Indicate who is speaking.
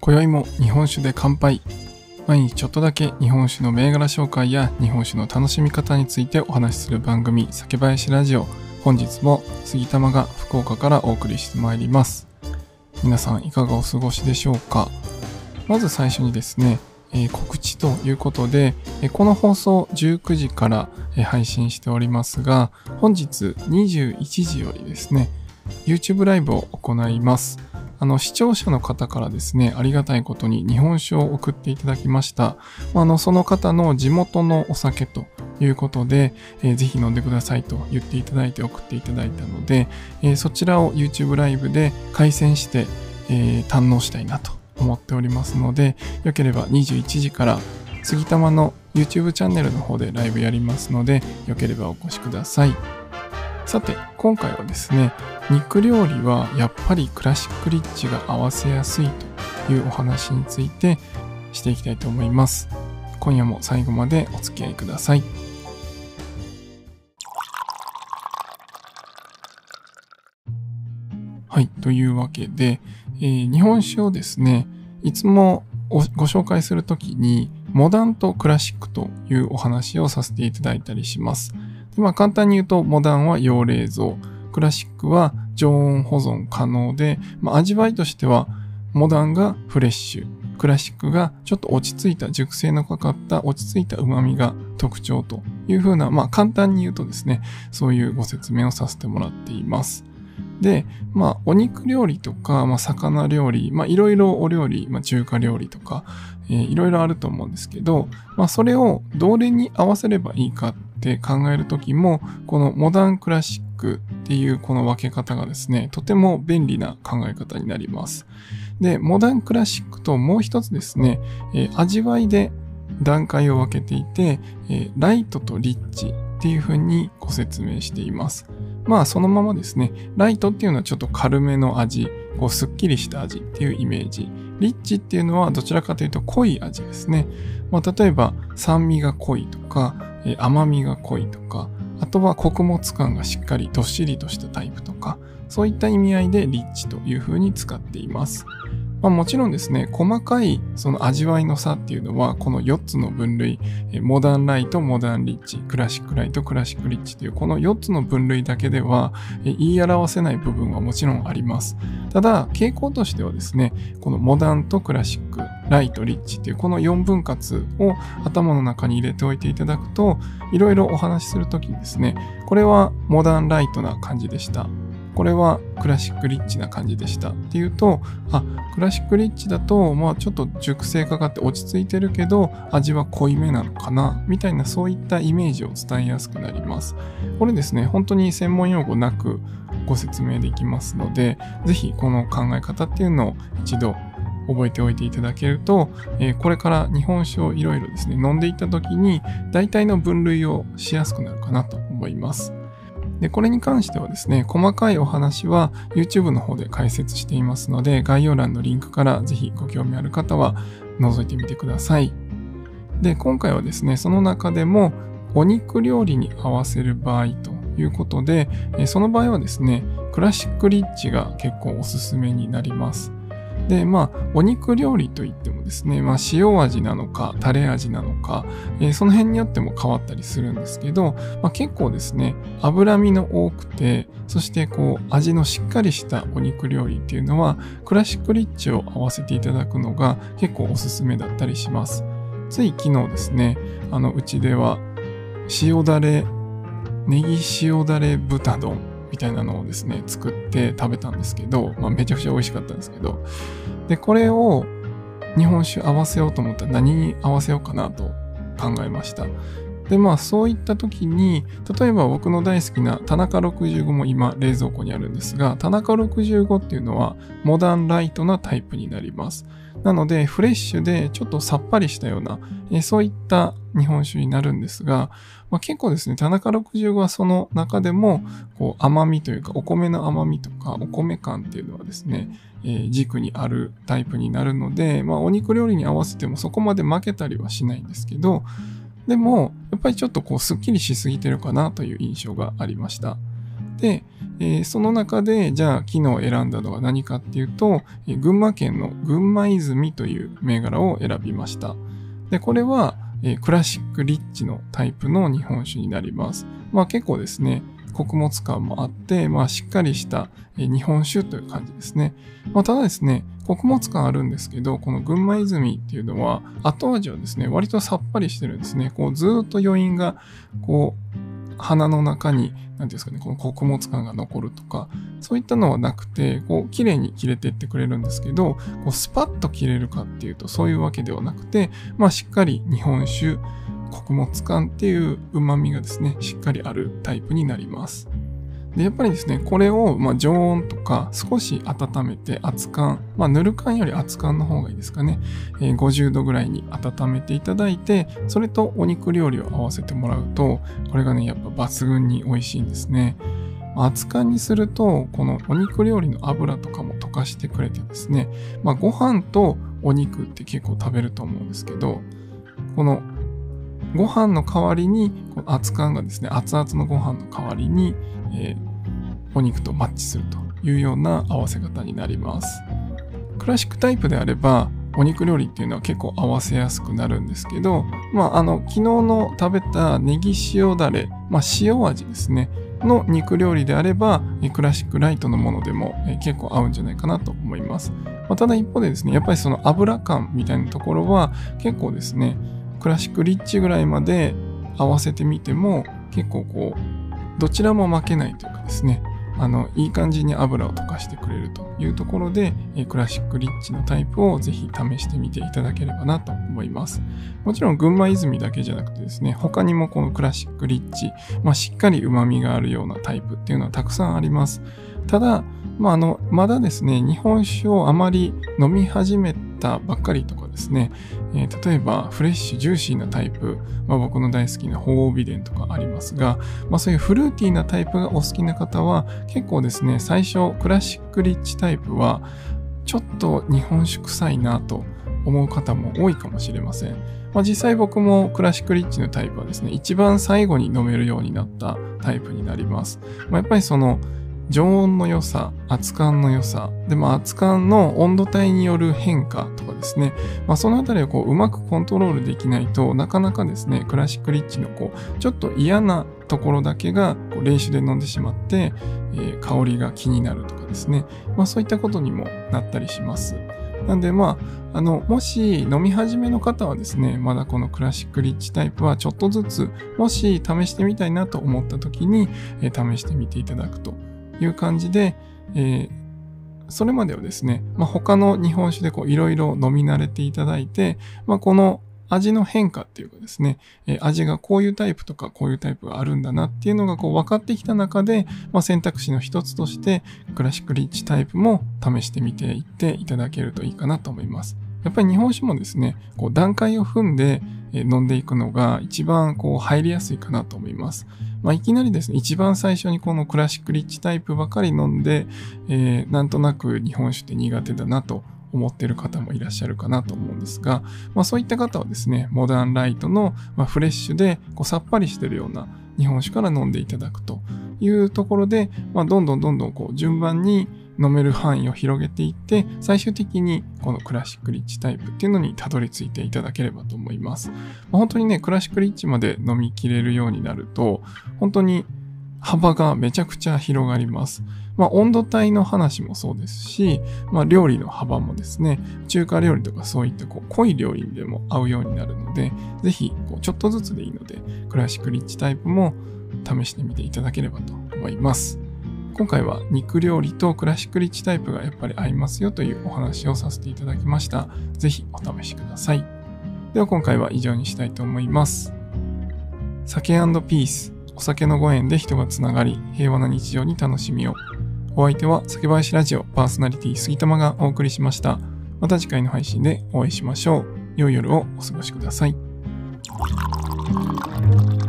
Speaker 1: 今宵も日本酒で乾杯。毎日ちょっとだけ日本酒の銘柄紹介や日本酒の楽しみ方についてお話しする番組、酒林ラジオ。本日も杉玉が福岡からお送りしてまいります。皆さんいかがお過ごしでしょうか。まず最初にですね、告知ということで、この放送19時から配信しておりますが、本日21時よりですね、YouTube ライブを行います。視聴者の方からですね、ありがたいことに日本酒を送っていただきました。その方の地元のお酒ということで、ぜひ飲んでくださいと言っていただいて送っていただいたので、そちらを YouTube ライブで回線して、堪能したいなと思っておりますので、よければ21時から杉玉の YouTube チャンネルの方でライブやりますので、よければお越しください。さて、今回はですね、肉料理はやっぱりクラシックリッチが合わせやすいというお話についてしていきたいと思います。今夜も最後までお付き合いください。はい、というわけで、日本酒をですね、いつもご紹介するときにモダンとクラシックというお話をさせていただいたりします。で、簡単に言うと、モダンは洋冷蔵、クラシックは常温保存可能で、味わいとしては、モダンがフレッシュ、クラシックがちょっと落ち着いた、熟成のかかった落ち着いた旨味が特徴という風な、簡単に言うとですね、そういうご説明をさせてもらっています。で、お肉料理とか、魚料理、いろいろお料理、中華料理とか、いろいろあると思うんですけど、それをどれに合わせればいいかって考えるときも、このモダンクラシックっていうこの分け方がですね、とても便利な考え方になります。で、モダンクラシックともう一つですね、味わいで段階を分けていて、ライトとリッチっていう風にご説明しています。そのままですね、ライトっていうのはちょっと軽めの味、すっきりした味っていうイメージ。リッチっていうのはどちらかというと濃い味ですね。例えば酸味が濃いとか、甘みが濃いとか、あとは穀物感がしっかりどっしりとしたタイプとか、そういった意味合いでリッチという風に使っています。もちろんですね、細かいその味わいの差っていうのは、この4つの分類、モダンライト、モダンリッチ、クラシックライト、クラシックリッチというこの4つの分類だけでは言い表せない部分はもちろんあります。ただ、傾向としてはですね、このモダンとクラシック、ライト、リッチというこの4分割を頭の中に入れておいていただくと、いろいろお話しするときにですね、これはモダンライトな感じでした。これはクラシックリッチな感じでしたっていうと、クラシックリッチだと、ちょっと熟成かかって落ち着いてるけど、味は濃いめなのかなみたいなそういったイメージを伝えやすくなります。これですね、本当に専門用語なくご説明できますので、ぜひこの考え方っていうのを一度覚えておいていただけると、これから日本酒をいろいろですね、飲んでいった時に大体の分類をしやすくなるかなと思います。で、これに関してはですね、細かいお話は YouTube の方で解説していますので、概要欄のリンクからぜひご興味ある方は覗いてみてください。で、今回はですね、その中でもお肉料理に合わせる場合ということで、その場合はですね、クラシックリッチが結構おすすめになります。で、お肉料理といってもですね、塩味なのか、タレ味なのか、その辺によっても変わったりするんですけど、結構ですね、脂身の多くて、そして味のしっかりしたお肉料理っていうのは、クラシックリッチを合わせていただくのが結構おすすめだったりします。つい昨日ですね、うちではネギ塩だれ豚丼みたいなのをですね、作って食べたんですけど、めちゃくちゃ美味しかったんですけど、で、これを日本酒合わせようと思ったら何に合わせようかなと考えました。で、そういった時に、例えば僕の大好きな田中65も今冷蔵庫にあるんですが、田中65っていうのはモダンライトなタイプになります。なので、フレッシュでちょっとさっぱりしたような、そういった日本酒になるんですが、結構ですね、田中65はその中でも、甘みというか、お米の甘みとか、お米感っていうのはですね、軸にあるタイプになるので、お肉料理に合わせてもそこまで負けたりはしないんですけど、でも、やっぱりちょっとすっきりしすぎてるかなという印象がありました。 で、その中で、じゃあ、昨日選んだのは何かっていうと、群馬県の群馬泉という銘柄を選びました。で、これは、クラシックリッチのタイプの日本酒になります。結構ですね、穀物感もあって、しっかりした日本酒という感じですね。ただですね、穀物感あるんですけど、この群馬泉っていうのは、後味はですね、割とさっぱりしてるんですね。ずーっと余韻が、鼻の中に、なんていうんですかね、この穀物感が残るとか、そういったのはなくて、綺麗に切れていってくれるんですけど、スパッと切れるかっていうと、そういうわけではなくて、しっかり日本酒、穀物感っていう旨味がですね、しっかりあるタイプになります。で、やっぱりですね、これを、常温とか少し温めて熱燗、ぬる燗より熱燗の方がいいですかね。50度ぐらいに温めていただいて、それとお肉料理を合わせてもらうと、これがね、やっぱ抜群に美味しいんですね。熱燗にすると、このお肉料理の油とかも溶かしてくれてですね、ご飯とお肉って結構食べると思うんですけど、このご飯の代わりに、熱燗がですね、熱々のご飯の代わりに、お肉とマッチするというような合わせ方になります。クラシックタイプであれば、お肉料理っていうのは結構合わせやすくなるんですけど、昨日の食べたネギ塩だれ、塩味ですね、の肉料理であれば、クラシックライトのものでも結構合うんじゃないかなと思います。ただ一方でですね、やっぱりその油感みたいなところは結構ですね、クラシックリッチぐらいまで合わせてみても結構どちらも負けないというかですね、いい感じに油を溶かしてくれるというところで、クラシックリッチのタイプをぜひ試してみていただければなと思います。もちろん群馬泉だけじゃなくてですね、他にもこのクラシックリッチ、しっかり旨味があるようなタイプっていうのはたくさんあります。ただ、まだですね、日本酒をあまり飲み始めたばっかりとかですね、例えばフレッシュジューシーなタイプ、僕の大好きな鳳凰美伝とかありますが、そういうフルーティーなタイプがお好きな方は結構ですね、最初クラシックリッチタイプはちょっと日本酒臭いなと思う方も多いかもしれません。実際僕もクラシックリッチのタイプはですね、一番最後に飲めるようになったタイプになります。やっぱりその常温の良さ、熱燗の良さ、で熱燗の温度帯による変化とかですね、そのあたりをうまくコントロールできないとなかなかですね、クラシックリッチのちょっと嫌なところだけが冷酒で飲んでしまって、香りが気になるとかですね、そういったことにもなったりします。なんでもし飲み始めの方はですね、まだこのクラシックリッチタイプはちょっとずつ、もし試してみたいなと思った時に、試してみていただくという感じで、それまではですね、他の日本酒でいろいろ飲み慣れていただいて、この味の変化っていうかですね、味がこういうタイプとかこういうタイプがあるんだなっていうのが分かってきた中で、選択肢の一つとしてクラシックリッチタイプも試してみていっていただけるといいかなと思います。やっぱり日本酒もですね、段階を踏んで飲んでいくのが一番入りやすいかなと思います。いきなりですね、一番最初にこのクラシックリッチタイプばかり飲んで、なんとなく日本酒って苦手だなと思っている方もいらっしゃるかなと思うんですが、そういった方はですね、モダンライトのフレッシュでさっぱりしているような日本酒から飲んでいただくというところで、どんどん順番に飲める範囲を広げていって、最終的にこのクラシックリッチタイプっていうのにたどり着いていただければと思います。本当にね、クラシックリッチまで飲みきれるようになると、本当に幅がめちゃくちゃ広がります。温度帯の話もそうですし、料理の幅もですね、中華料理とかそういった濃い料理でも合うようになるので、ぜひちょっとずつでいいので、クラシックリッチタイプも試してみていただければと思います。今回は肉料理とクラシックリッチタイプがやっぱり合いますよというお話をさせていただきました。ぜひお試しください。では今回は以上にしたいと思います。酒&ピース、お酒のご縁で人がつながり、平和な日常に楽しみを。お相手は酒林ラジオパーソナリティ杉玉がお送りしました。また次回の配信でお会いしましょう。良い夜をお過ごしください。